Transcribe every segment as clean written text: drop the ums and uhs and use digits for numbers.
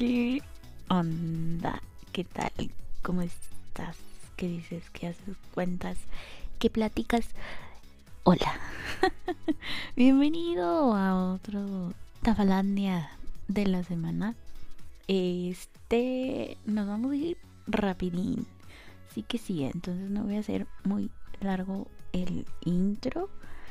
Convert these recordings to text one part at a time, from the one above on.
¿Qué onda? ¿Qué tal? ¿Cómo estás? ¿Qué dices? ¿Qué haces? ¿Cuentas? ¿Qué platicas? Hola. Bienvenido a otro Tafalandia de la semana. Nos vamos a ir rapidín. Sí que sí, entonces no voy a hacer muy largo el intro.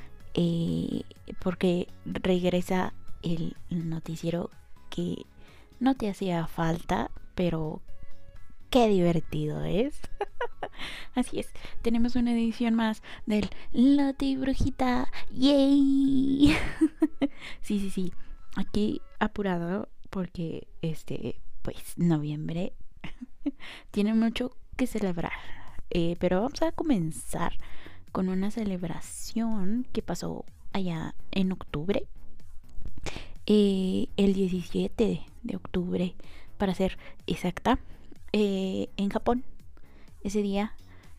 Porque regresa el noticiero que no te hacía falta, pero qué divertido es. Así es, tenemos una edición más del Loti Brujita. ¡Yay! Sí. Aquí apurado porque pues noviembre tiene mucho que celebrar. Pero vamos a comenzar con una celebración que pasó allá en octubre. El 17 de octubre, para ser exacta, en Japón. Ese día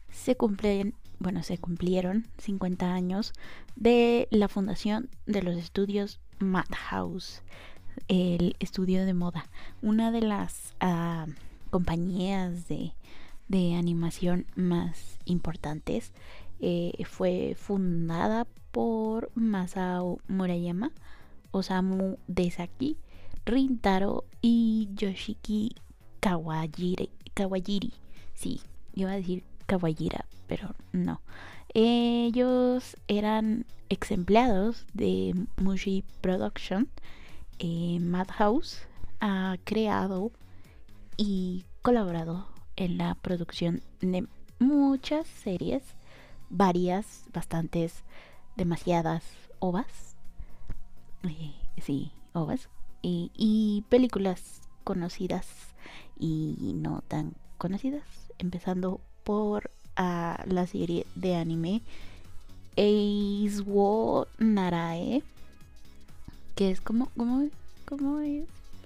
se cumplieron 50 años de la fundación de los estudios Madhouse, el estudio de moda, una de las compañías de animación más importantes. Fue fundada por Masao Murayama, Osamu Dezaki, Rintaro y Yoshiki Kawajiri. Sí, iba a decir Kawajira, pero no. Ellos eran ex empleados de Mushi Production. Madhouse ha creado y colaborado en la producción de muchas series, varias, bastantes, demasiadas ovas. Sí, ovas. Y películas conocidas y no tan conocidas, empezando por la serie de anime Ace wo Narae, que es ¿cómo es?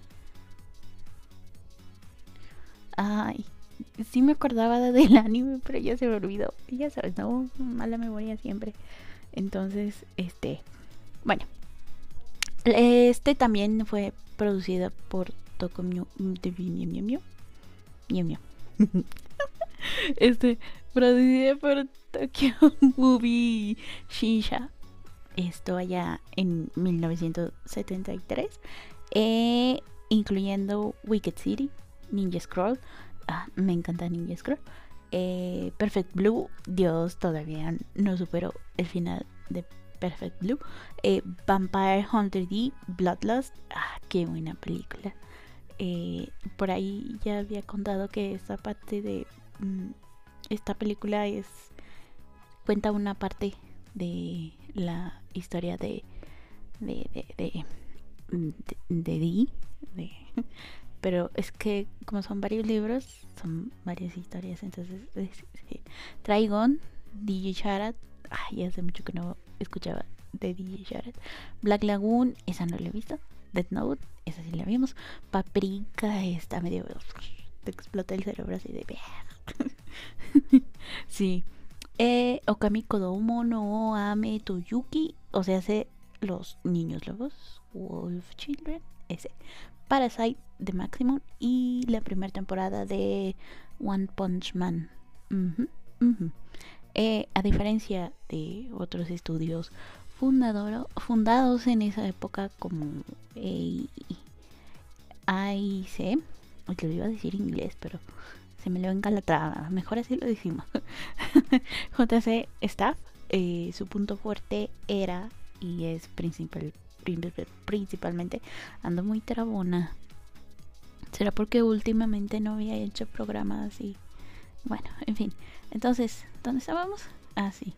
Ay, sí me acordaba del anime, pero ya se me olvidó. Ya sabes, no, mala memoria siempre. Entonces, bueno, también fue producido por Tokomiu Miu Miu. Producido por Tokyo Movie Shinsha. Esto allá en 1973. Incluyendo Wicked City, Ninja Scroll. Me encanta Ninja Scroll. Perfect Blue. Dios, todavía no superó el final de Perfect Blue. Vampire Hunter D, Bloodlust. Qué buena película. Por ahí ya había contado que esta parte de esta película cuenta una parte de la historia de Dee, pero es que como son varios libros, son varias historias, entonces Trigon, DJ Sharad, ya hace mucho que no escuchaba de DJ Sharad. Black Lagoon, esa no la he visto. Death Note, esa sí la vimos. Paprika está medio te explota el cerebro así de sí. Okami Kodomo no Ame Toyuki, o sea, hace los niños lobos, Wolf Children, ese. Parasite de Maximum y la primera temporada de One Punch Man. A diferencia de otros estudios fundados en esa época como AIC, lo iba a decir en inglés, pero se me lo encalatraba, mejor así lo decimos. JC Staff, su punto fuerte era y es principalmente, ando muy trabona. ¿Será porque últimamente no había hecho programas y bueno, en fin? Entonces, ¿dónde estábamos? Sí.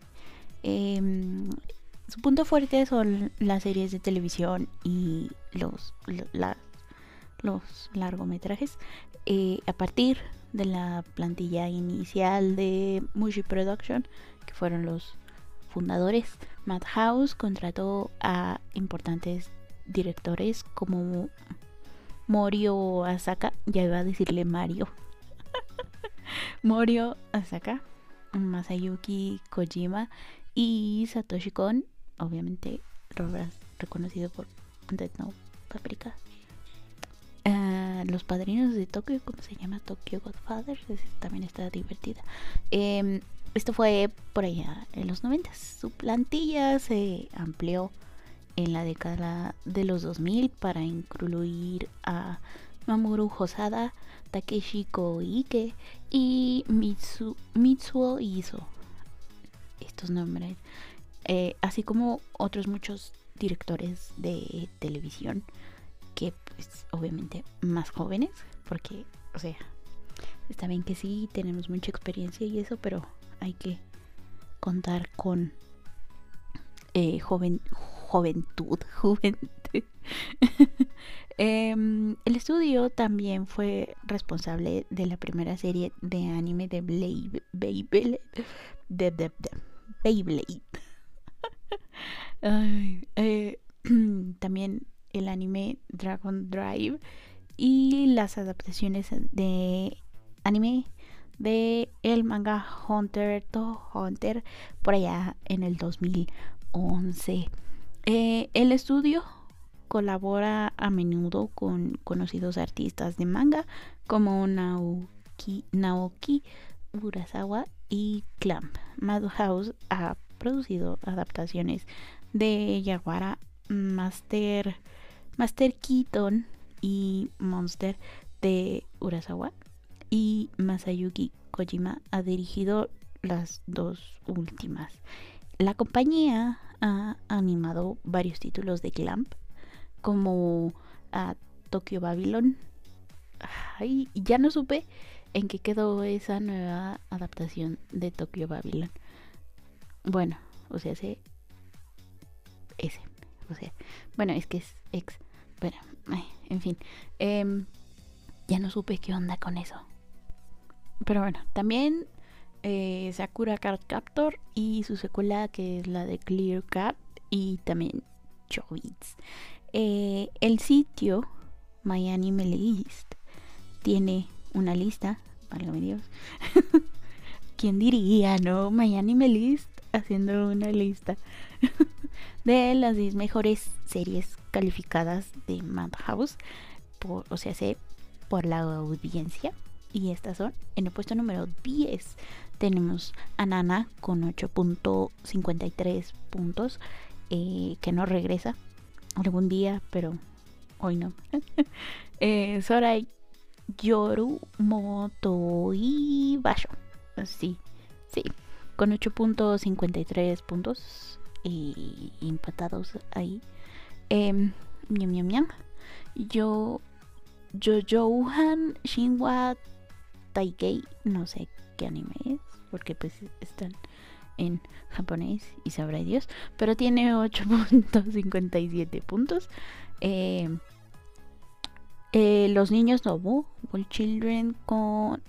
Su punto fuerte son las series de televisión y los largometrajes. A partir de la plantilla inicial de Mushi Production, que fueron los fundadores, Madhouse contrató a importantes directores como Morio Asaka, ya iba a decirle Mario. Morio Asaka, Masayuki Kojima y Satoshi Kon, obviamente lo habrás reconocido por Death Note, Paprika. Los Padrinos de Tokio, ¿cómo se llama? Tokyo Godfathers, también está divertida. Esto fue por allá en los 90. Su plantilla se amplió en la década de los 2000 para incluir a Mamoru Hosada, Takeshi Koike y Mitsuo Iso. Estos nombres, así como otros muchos directores de televisión que pues obviamente más jóvenes, porque o sea, está bien que sí tenemos mucha experiencia y eso, pero hay que contar con juventud. El estudio también fue responsable de la primera serie de anime de Beyblade. También el anime Dragon Drive y las adaptaciones de anime de el manga Hunter x Hunter por allá en el 2011. El estudio colabora a menudo con conocidos artistas de manga como Naoki Urasawa y Clamp. Madhouse ha producido adaptaciones de Yaguara, Master Keaton y Monster de Urasawa, y Masayuki Kojima ha dirigido las dos últimas. La compañía ha animado varios títulos de Clamp, como a Tokyo Babylon. Ay, ya no supe en qué quedó esa nueva adaptación de Tokyo Babylon. Bueno, o sea, bueno, es que es ex. Bueno, en fin, ya no supe qué onda con eso. Pero bueno, también Sakura Card Captor y su secuela, que es la de Clear Card, y también Chobits. El sitio My Anime List tiene una lista, válgame Dios. ¿Quién diría, no? My Anime List haciendo una lista de las 10 mejores series calificadas de Madhouse, por la audiencia. Y estas son: en el puesto número 10 tenemos a Nana con 8.53 puntos, que no regresa algún día, pero hoy no. Sora Yoru Motoi Basho, sí, con 8.53 puntos y empatados ahí. Jojohan Shinwa Taikei, no sé qué anime es, porque pues están en japonés y sabrá Dios, pero tiene 8.57 puntos. Los niños Nobu, World Children, con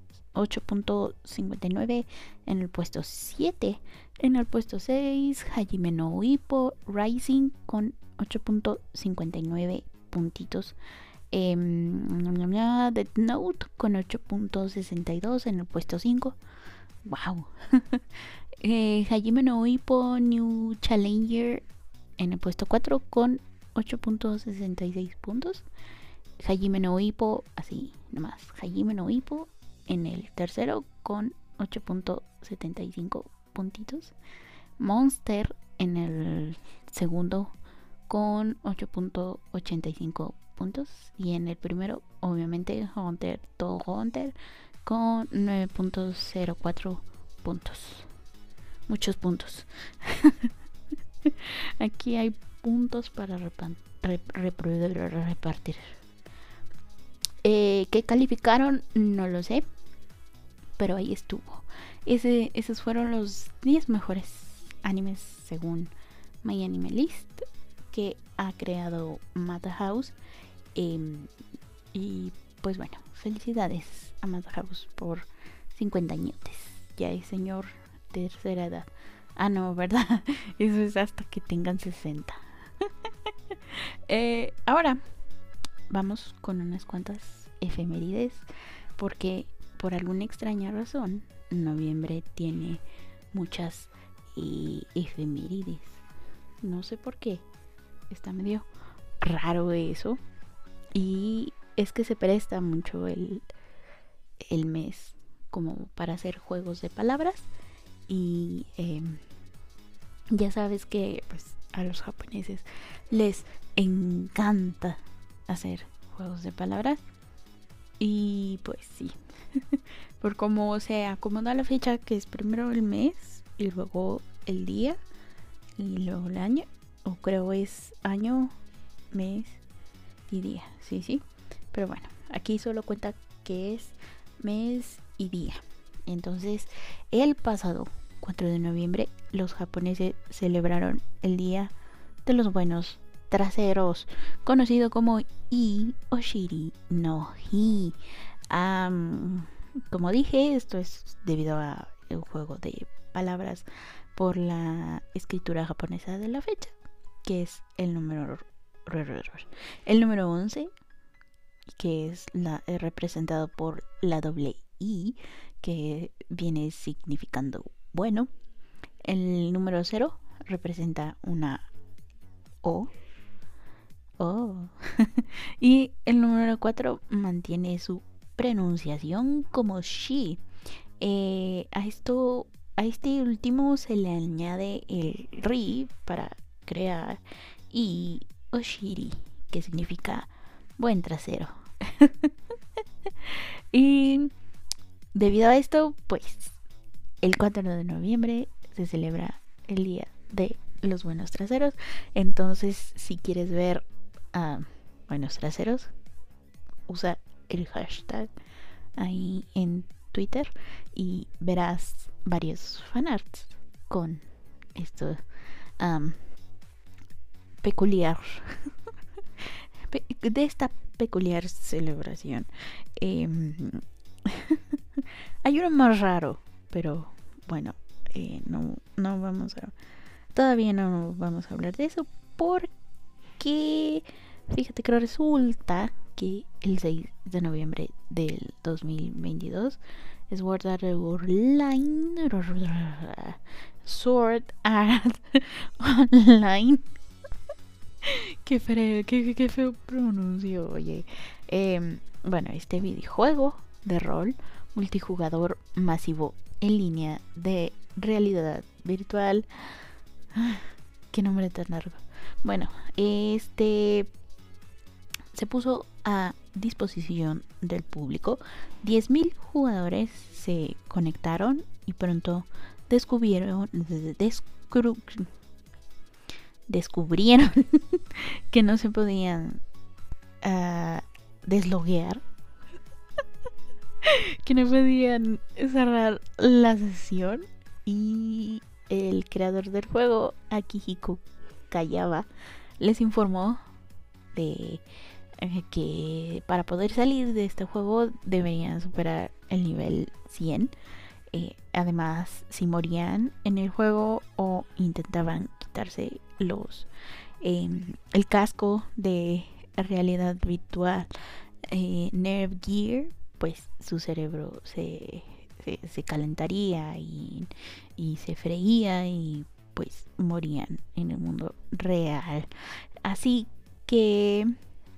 8.59 en el puesto 7. En el puesto 6, Hajime no Ippo Rising con 8.59 puntitos. Death Note con 8.62 en el puesto 5. Wow. Hajime no Ippo New Challenger en el puesto 4 con 8.66 puntos. Hajime no Ippo, así nomás, Hajime no Ippo en el tercero con 8.75 puntitos. Monster en el segundo con 8.85 puntos. Y en el primero, obviamente, Hunter x Hunter con 9.04 puntos. Muchos puntos. Aquí hay puntos para repartir. ¿Qué calificaron? No lo sé, pero ahí estuvo. Esos fueron los 10 mejores animes según My Anime List, que ha creado Madhouse. Y pues bueno, felicidades a Madhouse por 50 añotes. Ya es señor tercera edad. Ah, no, ¿verdad? Eso es hasta que tengan 60. Ahora vamos con unas cuantas efemérides, porque por alguna extraña razón noviembre tiene muchas efemérides. No sé por qué. Está medio raro eso. Y es que se presta mucho el mes como para hacer juegos de palabras. Y ya sabes que pues a los japoneses les encanta hacer juegos de palabras. Y pues sí, por cómo se acomoda la fecha, que es primero el mes y luego el día y luego el año, o creo es año, mes y día, sí. Pero bueno, aquí solo cuenta que es mes y día. Entonces, el pasado 4 de noviembre, los japoneses celebraron el Día de los Buenos Traseros, conocido como I Oshiri no Hi. Como dije, esto es debido a un juego de palabras por la escritura japonesa de la fecha, que es el número 11, que es representado por la doble I, que viene significando bueno. El número 0 representa una O. Y el número 4 mantiene su pronunciación como shi. A este último se le añade el ri para crear y oshiri, que significa buen trasero. Y debido a esto, pues el 4 de noviembre se celebra el Día de los Buenos Traseros. Entonces, si quieres ver buenos traseros, usa el hashtag ahí en Twitter y verás varios fanarts con esto peculiar de esta peculiar celebración. Hay uno más raro, pero bueno, no vamos a, todavía no vamos a hablar de eso, porque fíjate que resulta que el 6 de noviembre del 2022 Sword Art Online Sword Art Online qué feo pronuncio, oye. Bueno, este videojuego de rol multijugador masivo en línea de realidad virtual. Qué nombre tan largo. Bueno, se puso a disposición del público. 10.000 jugadores se conectaron y pronto descubrieron que no se podían desloguear, que no podían cerrar la sesión, y el creador del juego, Akihiko Kayaba, les informó de que para poder salir de este juego deberían superar el nivel 100. Además, si morían en el juego o intentaban quitarse el casco de realidad virtual Nerve Gear, pues su cerebro se calentaría y se freía y pues morían en el mundo real. Así que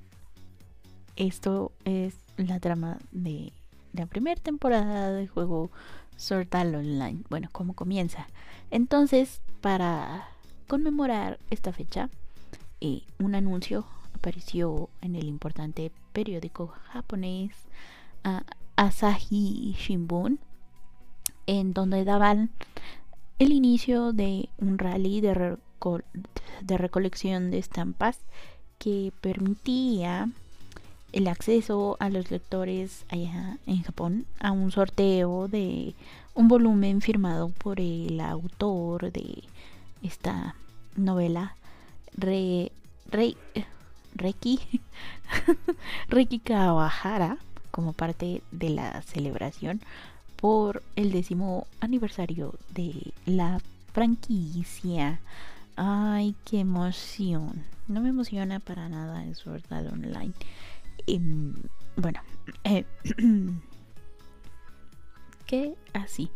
esto es la trama de la primera temporada del juego Sword Art Online. Bueno, ¿cómo comienza? Entonces, para conmemorar esta fecha, un anuncio apareció en el importante periódico japonés Asahi Shimbun, en donde daban el inicio de un rally de recolección de estampas que permitía el acceso a los lectores allá en Japón a un sorteo de un volumen firmado por el autor de esta novela, Reiki Kawahara, como parte de la celebración por el 10º aniversario de la franquicia. Ay, qué emoción. No me emociona para nada el Sword Art Online. Bueno, que así.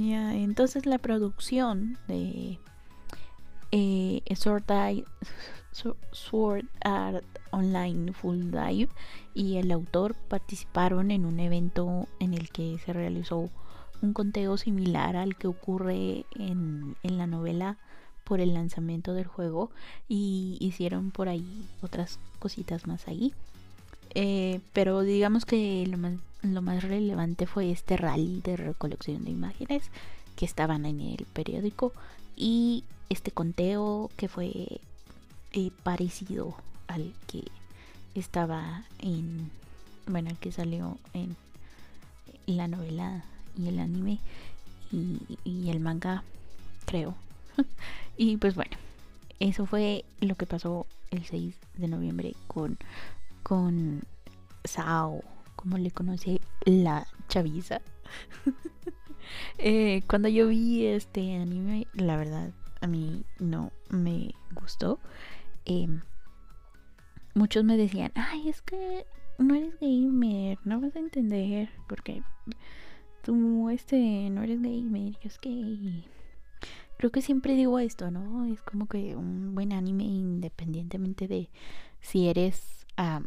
Entonces la producción de Sword Art Sword Art Online Full Live y el autor participaron en un evento en el que se realizó un conteo similar al que ocurre en la novela por el lanzamiento del juego, y hicieron por ahí otras cositas más ahí. Pero digamos que lo más relevante fue este rally de recolección de imágenes que estaban en el periódico, y este conteo que fue parecido al que estaba el que salió en la novela y el anime y el manga, creo. Y pues bueno, eso fue lo que pasó el 6 de noviembre con Sao, como le conoce la chaviza. Cuando yo vi este anime, la verdad, a mí no me gustó. Muchos me decían, ay, es que no eres gamer, no vas a entender, porque tú no eres gamer. Yo es que creo que siempre digo esto, ¿no? Es como que un buen anime, independientemente de si eres,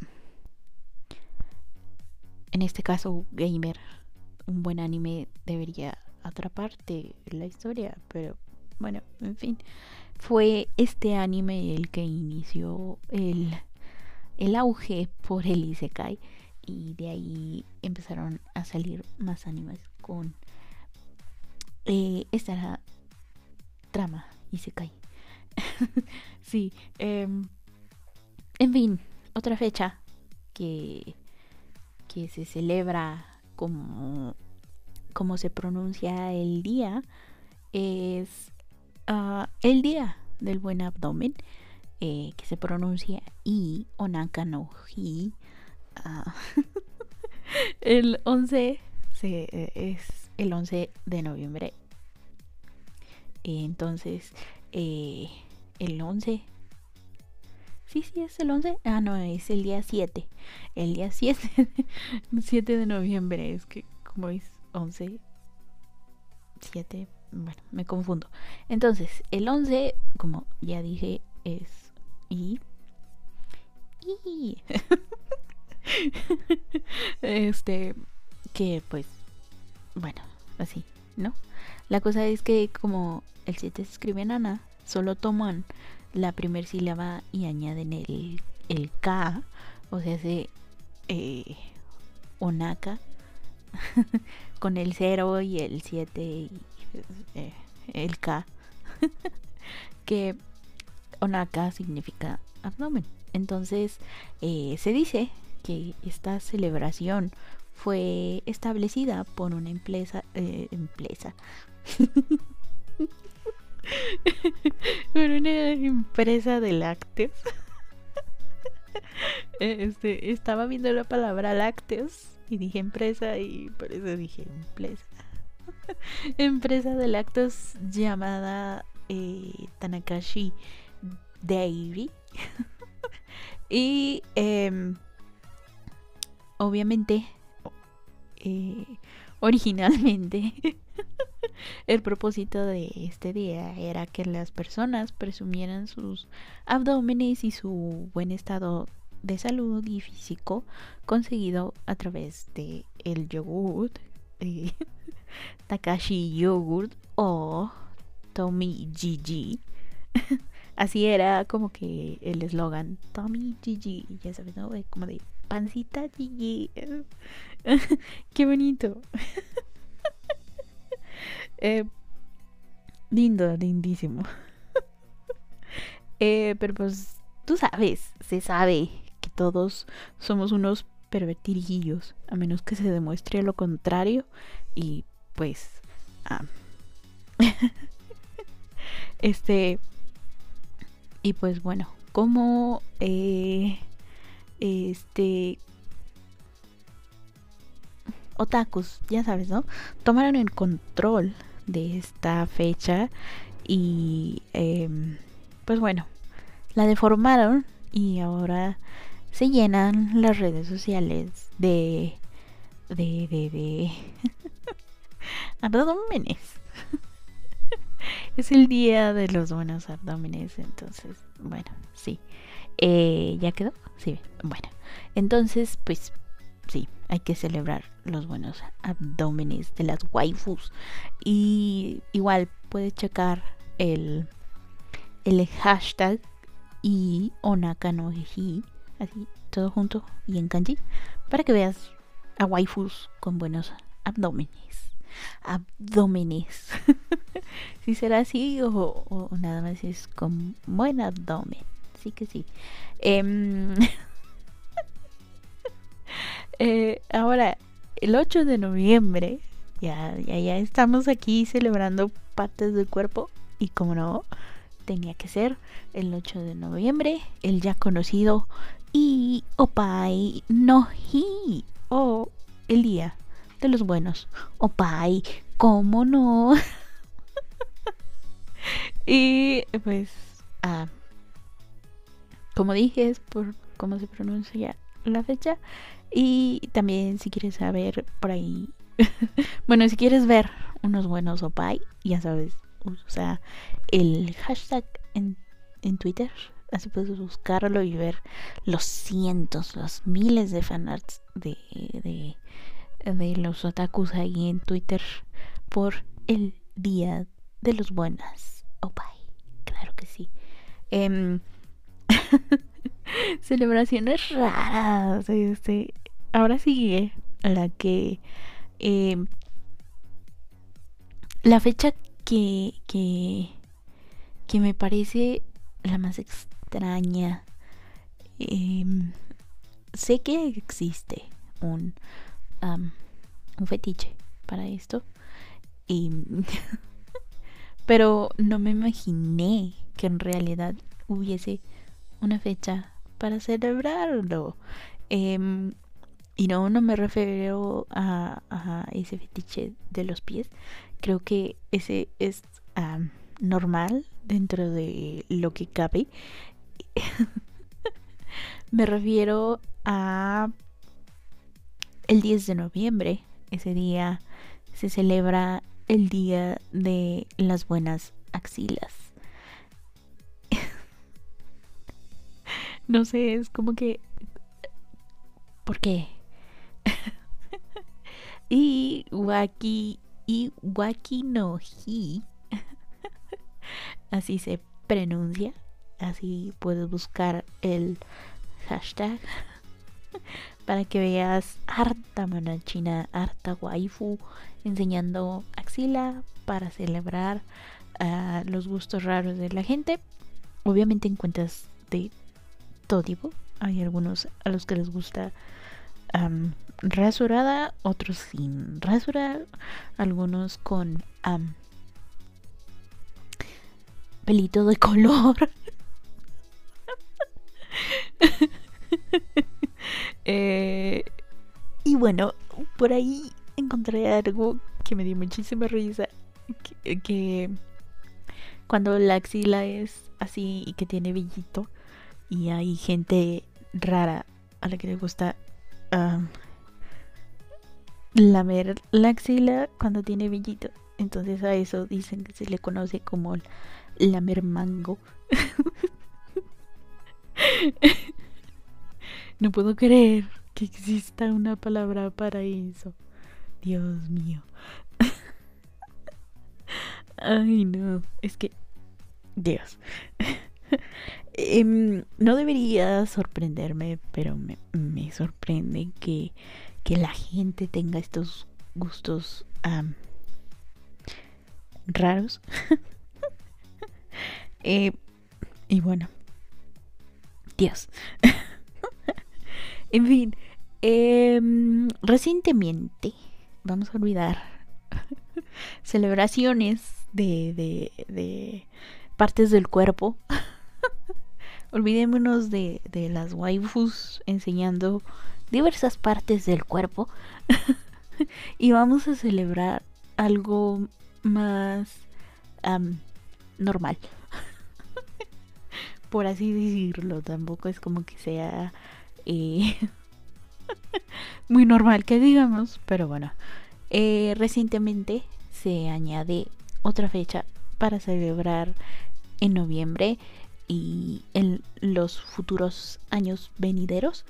en este caso, gamer, un buen anime debería atraparte la historia. Pero bueno, en fin, fue este anime el que inició el auge por el Isekai, y de ahí empezaron a salir más animes con esta trama Isekai. Sí, en fin, otra fecha que se celebra como se pronuncia el día es el día del buen abdomen, que se pronuncia I Onaka no Hi. El 11 es el 11 de noviembre. Entonces, el 11. Sí, es el 11. Ah, no, es el día 7. El día 7, 7 de noviembre. Es que, como es 11, 7. Bueno, me confundo. Entonces, el 11, como ya dije, es I. Que pues, bueno, así, ¿no? La cosa es que como el 7 se escribe en Ana, solo toman la primer sílaba y añaden el K, o sea, se Onaka, con el 0 y el 7 y el K, que Onaka significa abdomen. Entonces, se dice que esta celebración fue establecida por una empresa por una empresa de lácteos. Estaba viendo la palabra lácteos y dije empresa, y por eso dije empresa. Empresa de lácteos llamada Tanakashi Dairy. Y obviamente, originalmente, el propósito de este día era que las personas presumieran sus abdómenes y su buen estado de salud y físico conseguido a través de el yogurt, Takashi Yogurt o Tommy Gigi. Así era como que el eslogan, Tommy Gigi, ya sabes, ¿no? Como de pancita Gigi. Qué bonito. Lindo, lindísimo. Pero pues tú sabes, se sabe que todos somos unos pervertirijillos, a menos que se demuestre lo contrario. Y pues y pues bueno, como otakus, ya sabes, ¿no? Tomaron el control de esta fecha y pues bueno, la deformaron, y ahora se llenan las redes sociales de abdómenes. Es el día de los buenos abdómenes, entonces, bueno, sí. ¿Ya quedó? Sí, bueno. Entonces, pues sí, hay que celebrar los buenos abdómenes de las waifus. Y igual puedes checar el hashtag y onakanoji, así, todo junto y en kanji, para que veas a waifus con buenos abdómenes. Abdómenes. Si será así o nada más es con buen abdomen. Sí que sí. Em, ahora, el 8 de noviembre, ya estamos aquí celebrando partes del cuerpo. Y como no, tenía que ser el 8 de noviembre, el ya conocido y Opai no Hi, o el día de los buenos. Opai, ¿cómo no? Y pues, como dije, es por cómo se pronuncia la fecha. Y también si quieres saber por ahí, bueno, si quieres ver unos buenos Opai, ya sabes, usa el hashtag en Twitter. Así puedes buscarlo y ver los cientos, los miles de fanarts de los otakus ahí en Twitter por el día de los buenas Opai. Claro que sí. Em, Celebraciones raras. Ahora sigue la que em, la fecha que me parece la más extraña. Sé que existe um, un fetiche para esto, y pero no me imaginé que en realidad hubiese una fecha para celebrarlo. Em, y no me refiero a ese fetiche de los pies. Creo que ese es normal dentro de lo que cabe. Me refiero a el 10 de noviembre. Ese día se celebra el día de las buenas axilas. No sé, es como que... ¿Por qué? Y Waki no Hi, así se pronuncia. Así puedes buscar el hashtag para que veas harta mona china, harta waifu enseñando axila para celebrar los gustos raros de la gente. Obviamente encuentras de todo tipo. Hay algunos a los que les gusta rasurada, otros sin rasurar, algunos con pelito de color. Y bueno, por ahí encontré algo que me dio muchísima risa, que cuando la axila es así y que tiene vellito, y hay gente rara a la que le gusta lamer la axila cuando tiene vellito. Entonces a eso dicen que se le conoce como lamer mango. No puedo creer que exista una palabra para eso. Dios mío. Ay, no. Es que... Dios. No debería sorprenderme, pero me sorprende que la gente tenga estos gustos raros. Y bueno, Dios. En fin, recientemente, vamos a olvidar celebraciones de partes del cuerpo. Olvidémonos de las waifus enseñando diversas partes del cuerpo. Y vamos a celebrar algo más normal. Por así decirlo. Tampoco es como que sea muy normal que digamos. Pero bueno. Recientemente se añade otra fecha para celebrar en noviembre y en los futuros años venideros.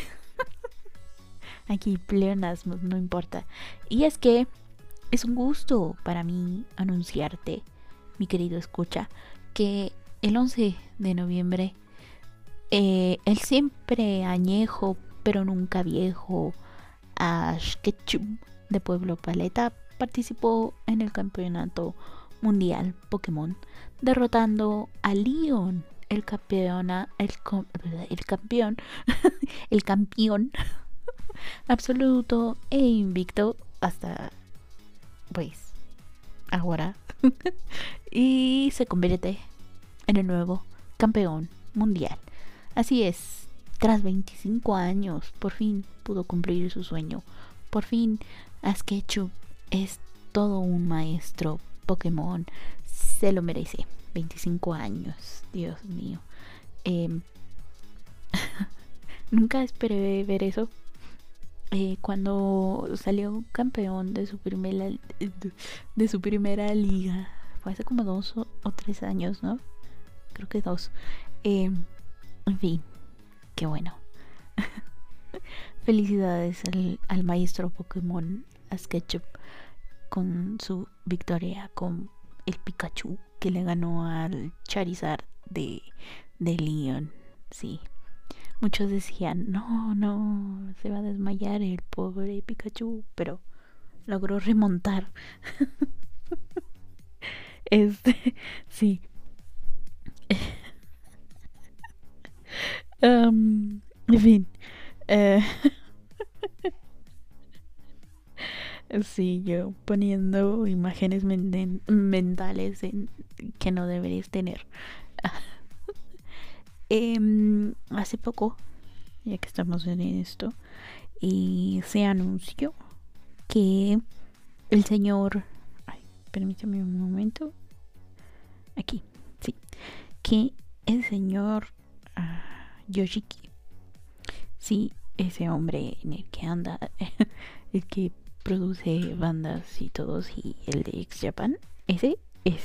Aquí pleonasmos, no importa. Y es que es un gusto para mí anunciarte, mi querido escucha, que el 11 de noviembre, el siempre añejo, pero nunca viejo, Ash Ketchum de Pueblo Paleta participó en el campeonato mundial Pokémon, derrotando a Leon, el campeón, el campeón absoluto e invicto hasta pues ahora. Y se convierte en el nuevo campeón mundial. Así es, tras 25 años, por fin pudo cumplir su sueño. Por fin, Ash Ketchum es todo un maestro Pokémon. Se lo merece. 25 años, Dios mío. Eh, Nunca esperé ver eso. Cuando salió campeón de su primera liga, fue hace como 2 o 3 años, ¿no? Creo que 2. En fin, qué bueno. Felicidades al maestro Pokémon Ash Ketchum con su victoria con el Pikachu que le ganó al Charizard de Leon. Sí. Muchos decían, no, no, se va a desmayar el pobre Pikachu, pero logró remontar. Sí. En fin. eh, sí, yo poniendo imágenes mentales que no deberías tener. Hace poco, ya que estamos en esto, se anunció que el señor... Ay, permítame un momento. Aquí, sí. Que el señor Yoshiki, sí, ese hombre en el que anda, el que produce bandas y todos, y el de X Japan, ese,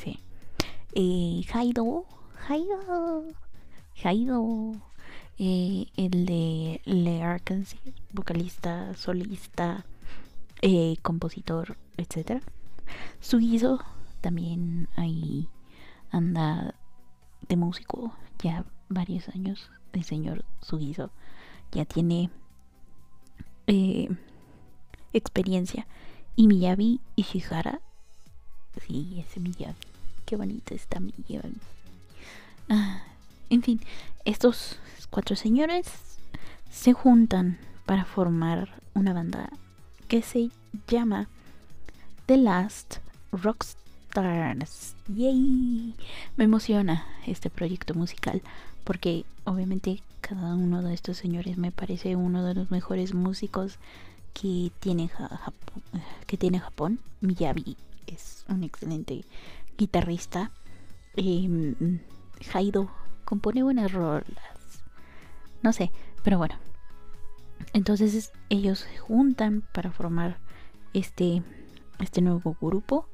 Haido, el de Le Arkansas, vocalista, solista, compositor, etcétera. Sugizo también ahí anda de músico ya varios años. El señor Sugizo ya tiene experiencia. Y Miyabi Ishihara, sí, ese Miyabi, qué bonito está Miyabi. En fin, estos 4 señores se juntan para formar una banda que se llama The Last Rockstars. ¡Yay! Me emociona este proyecto musical porque obviamente cada uno de estos señores me parece uno de los mejores músicos que tiene Japón. Miyabi es un excelente guitarrista. Haido compone buenas rolas, no sé, pero bueno. Entonces ellos se juntan para formar este nuevo grupo.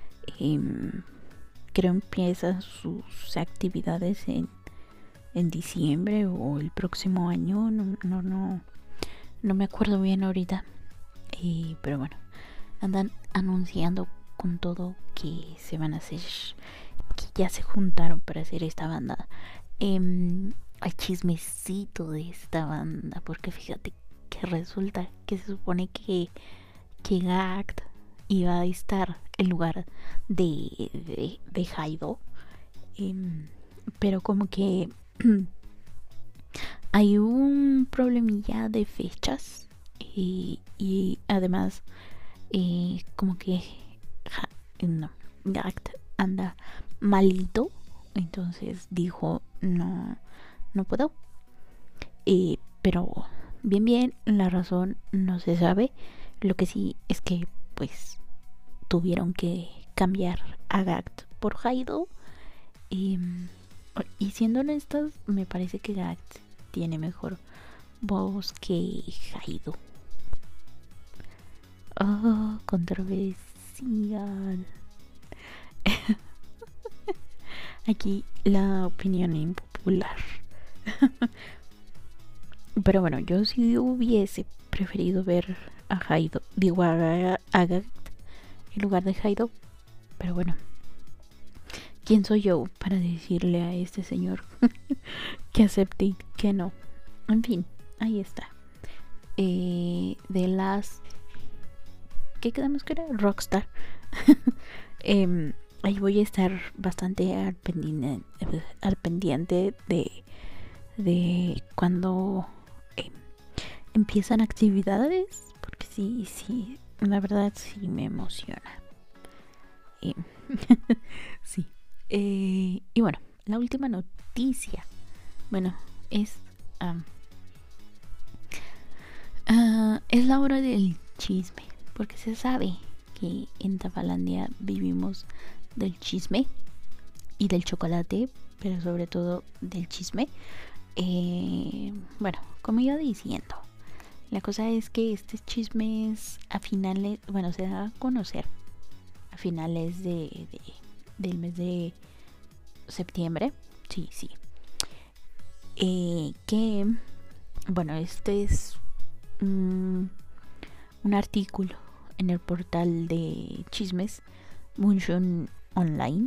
Creo empieza sus actividades en diciembre o el próximo año. No me acuerdo bien ahorita. Pero bueno, andan anunciando con todo que se van a hacer, que ya se juntaron para hacer esta banda. Hay chismecito de esta banda, porque fíjate que resulta que se supone que Gakt iba a estar en lugar de Haido, pero como que hay un problemilla de fechas, y además como que Gakt anda malito, entonces dijo no puedo. Pero bien la razón no se sabe. Lo que sí es que pues tuvieron que cambiar a Gakt por Haido. Y siendo honestas, me parece que Gakt tiene mejor voz que Haido. Oh, controversial. Aquí la opinión impopular. Pero bueno, yo sí hubiese preferido ver a Haido, digo a Agat en lugar de Haido. Pero bueno, ¿quién soy yo para decirle a este señor que acepte y que no? En fin, ahí está. De las... ¿Qué quedamos que era? Rockstar. Ahí voy a estar bastante al pendiente de cuando empiezan actividades. Porque sí, la verdad sí me emociona. Sí. Y bueno, la última noticia. Bueno, es la hora del chisme. Porque se sabe que en Tafalandia vivimos del chisme y del chocolate, pero sobre todo del chisme. Bueno, como iba diciendo, la cosa es que este chisme es a finales, bueno, se da a conocer a finales del mes de septiembre. Sí. Que, bueno, este es un artículo en el portal de chismes Bunshun Online,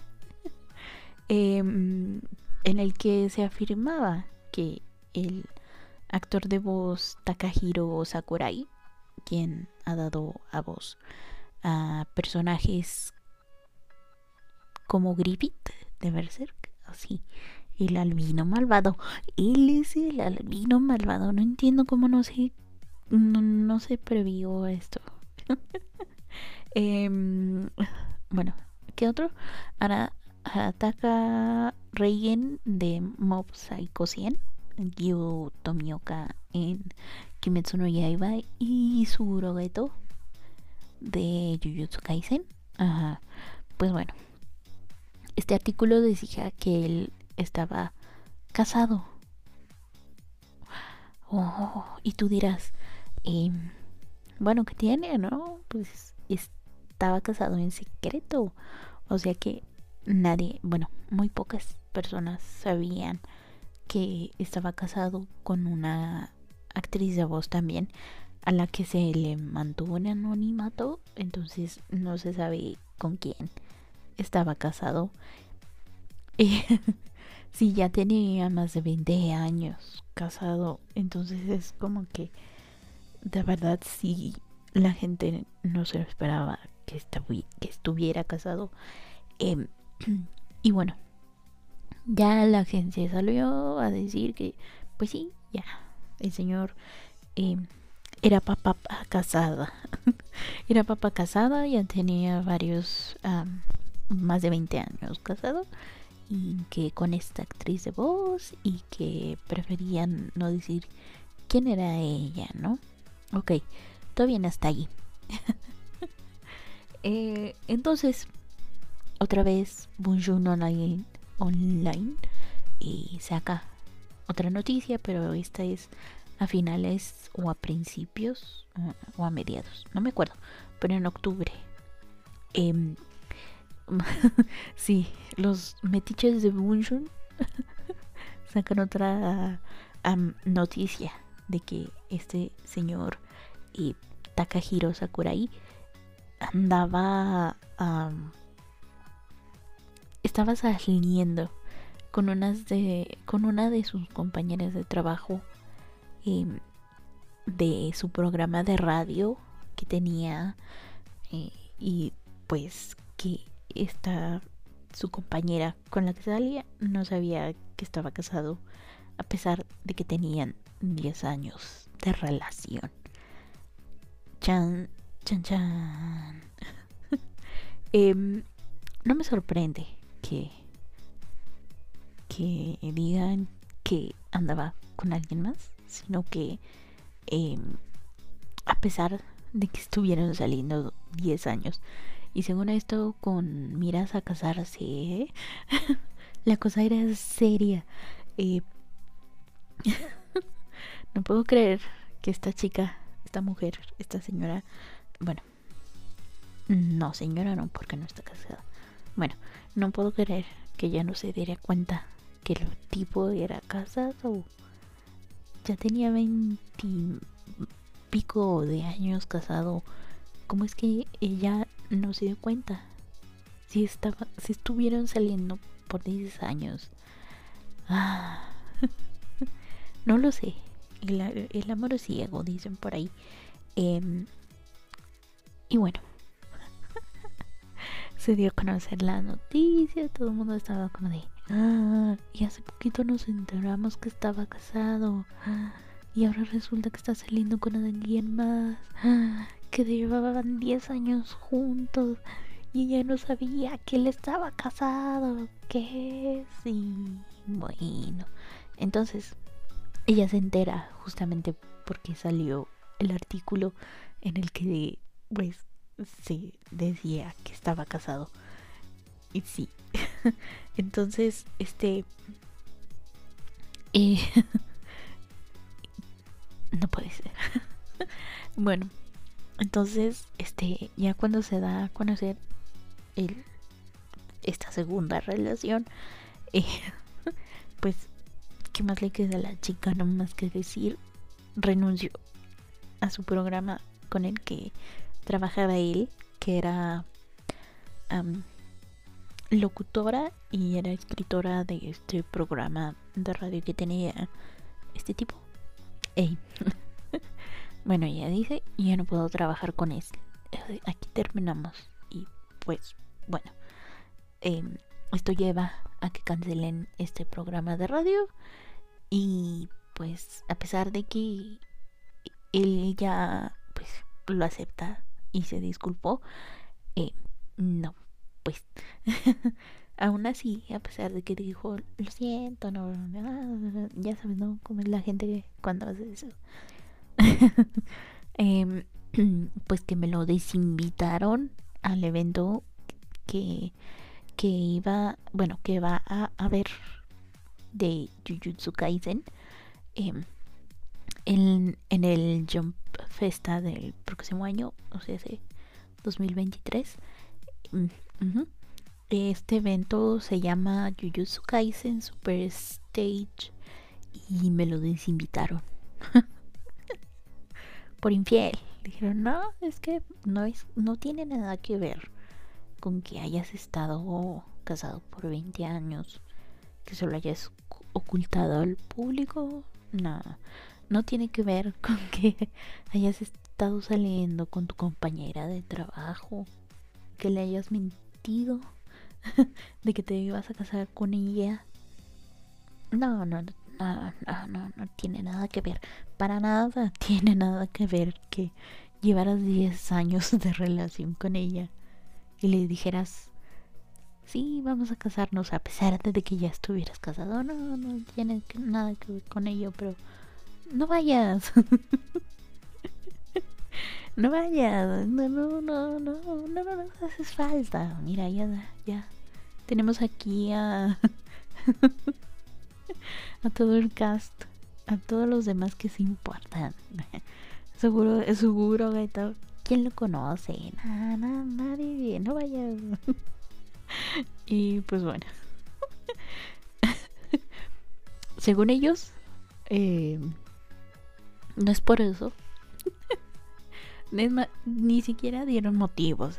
en el que se afirmaba que el actor de voz Takahiro Sakurai, quien ha dado a voz a personajes como Griffith de Berserk, así, el albino malvado. Él es el albino malvado. No entiendo cómo no se previó esto. Bueno, ¿qué otro? Ataka Reigen de Mob Psycho 100, Gyu Tomioka en Kimetsu no Yaiba y Surogeto de Jujutsu Kaisen. Ajá. Pues bueno, este artículo decía que él estaba casado. Oh, y tú dirás, bueno, ¿qué tiene, no? Pues estaba casado en secreto. O sea que nadie, bueno, muy pocas personas sabían que estaba casado con una actriz de voz también, a la que se le mantuvo en anonimato. Entonces no se sabe con quién estaba casado. Sí, ya tenía más de 20 años casado. Entonces es como que de verdad sí, la gente no se lo esperaba que estuviera casado. Y bueno, ya la agencia salió a decir que pues sí, ya el señor era papá casada. Era papá casada, ya tenía varios, más de 20 años casado, y que con esta actriz de voz, y que preferían no decir quién era ella, ¿no? Ok, todo bien hasta allí. Entonces, otra vez Bunjun Online y saca otra noticia, pero esta es a finales o a principios o a mediados, no me acuerdo, pero en octubre. Sí, los metiches de Bunjun sacan otra noticia de que este señor Takahiro Sakurai estaba saliendo con una de sus compañeras de trabajo, de su programa de radio que tenía, y pues que su compañera con la que salía no sabía que estaba casado, a pesar de que tenían 10 años de relación. Chan, chan, chan. No me sorprende que digan que andaba con alguien más, sino que a pesar de que estuvieron saliendo 10 años, y según esto con miras a casarse, la cosa era seria. No puedo creer que esta chica, esta mujer, esta señora, bueno, no, señora no, porque no está casada. Bueno, no puedo creer que ya no se diera cuenta que el tipo era casado. Ya tenía 20 pico de años casado. ¿Cómo es que ella no se dio cuenta? Si estuvieron saliendo por 10 años. Ah, no lo sé. El amor es ciego, dicen por ahí. Y bueno, se dio a conocer la noticia. Todo el mundo estaba como de... y hace poquito nos enteramos que estaba casado. Y ahora resulta que está saliendo con alguien más. Que llevaban 10 años juntos. Y ella no sabía que él estaba casado. ¿Qué? Sí. Bueno. Entonces, ella se entera justamente porque salió el artículo en el que, pues, se decía que estaba casado. Y sí. Entonces, no puede ser. Bueno, entonces, ya cuando se da a conocer esta segunda relación, eh, pues, ¿qué más le queda a la chica? No más que decir, renunció a su programa con el que trabajaba él, que era locutora y era escritora de este programa de radio que tenía este tipo. Bueno, ella dice, ya no puedo trabajar con él. Aquí terminamos. Y pues, bueno, esto lleva a que cancelen este programa de radio. Y pues, a pesar de que él ya pues lo acepta y se disculpó, no, pues aún así, a pesar de que dijo, lo siento, no, ya sabes, ¿no? Como es la gente cuando hace eso. Pues que me lo desinvitaron al evento que, que va a ver de Jujutsu Kaisen en el Jump Festa del próximo año, o sea, 2023. Este evento se llama Jujutsu Kaisen Super Stage y me lo desinvitaron. Por infiel. Dijeron, no, es que no tiene nada que ver con que hayas estado casado por 20 años, que solo hayas ocultado al público. No tiene que ver con que hayas estado saliendo con tu compañera de trabajo, que le hayas mentido de que te ibas a casar con ella. No tiene nada que ver. Para nada tiene nada que ver que llevaras 10 años de relación con ella y le dijeras, sí, vamos a casarnos a pesar de que ya estuvieras casado. No tiene nada que ver con ello, pero no vayas. No vayas. No haces falta. Mira, ya tenemos aquí a todo el cast, a todos los demás que se importan. Seguro, Gaito. ¿Quién lo conoce? Nadie, no vayas. Y pues bueno, según ellos, no es por eso. Ni siquiera dieron motivos,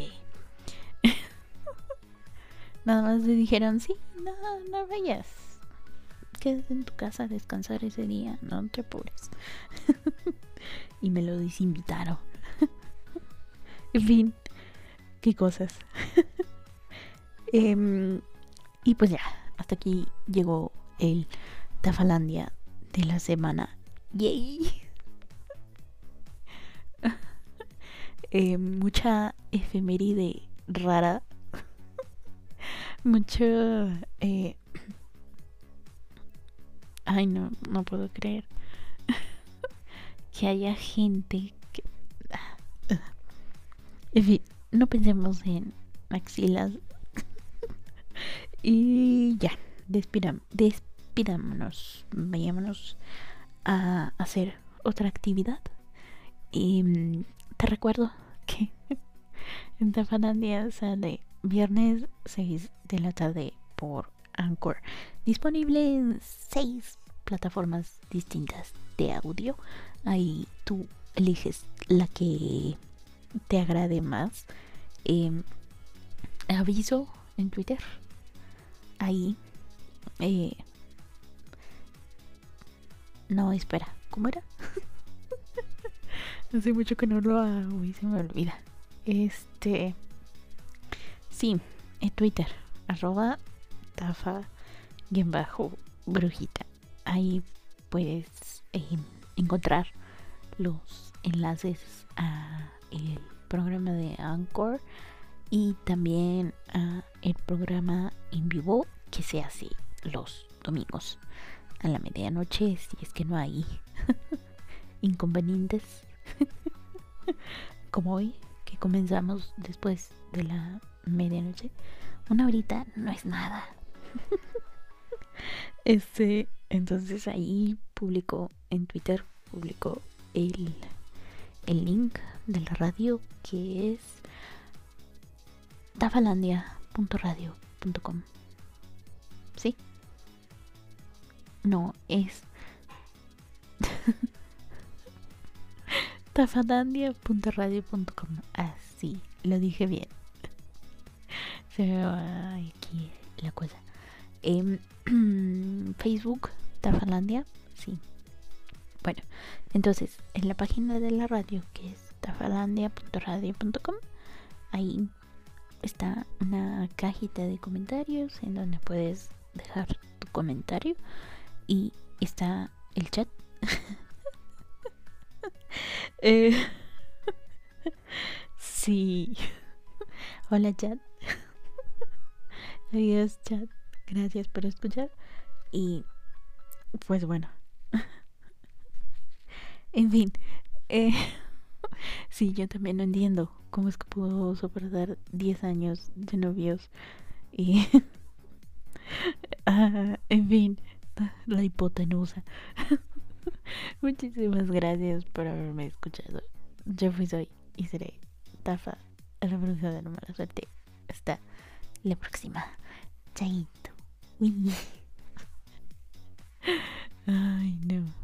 nada más le dijeron, sí, no vayas. Quédate en tu casa a descansar ese día, no te apures. Y me lo desinvitaron. En fin, qué cosas. Y pues ya, hasta aquí llegó el Tafalandia de la semana. ¡Yay! Mucha efeméride rara. Mucho... Ay, no puedo creer que haya gente que... En fin, no pensemos en axilas. Y ya, despidámonos. Vayámonos a hacer otra actividad. Y te recuerdo que en Tafalandia sale viernes 6 de la tarde por Anchor, disponible en 6 plataformas distintas de audio. Ahí tú eliges la que te agrade más. Aviso en Twitter. Ahí. No, espera. ¿Cómo era? Hace mucho que no lo hago y se me olvida. Sí, en Twitter. @tafa_brujita. Ahí puedes encontrar los enlaces a el programa de Anchor y también a el programa en vivo que se hace los domingos a la medianoche, si es que no hay inconvenientes como hoy, que comenzamos después de la medianoche. Una horita no es nada. Entonces ahí publico en Twitter, publico el link de la radio, que es tafalandia.radio.com. ¿Sí? No, es tafalandia.radio.com. Así, lo dije bien. Se me va aquí la cosa. Facebook, Tafalandia, sí. Bueno, entonces, en la página de la radio, que es tafalandia.radio.com, ahí está una cajita de comentarios en donde puedes dejar tu comentario y está el chat. Sí. Hola, chat. Adiós, chat. Gracias por escuchar. Y pues bueno. En fin. Sí, yo también no entiendo cómo es que puedo soportar 10 años de novios. Y en fin, la hipotenusa. Muchísimas gracias por haberme escuchado. Yo fui, soy y seré Tafa, a la bruja de la mala suerte. Hasta la próxima. Chaito. Uy. Ay, no.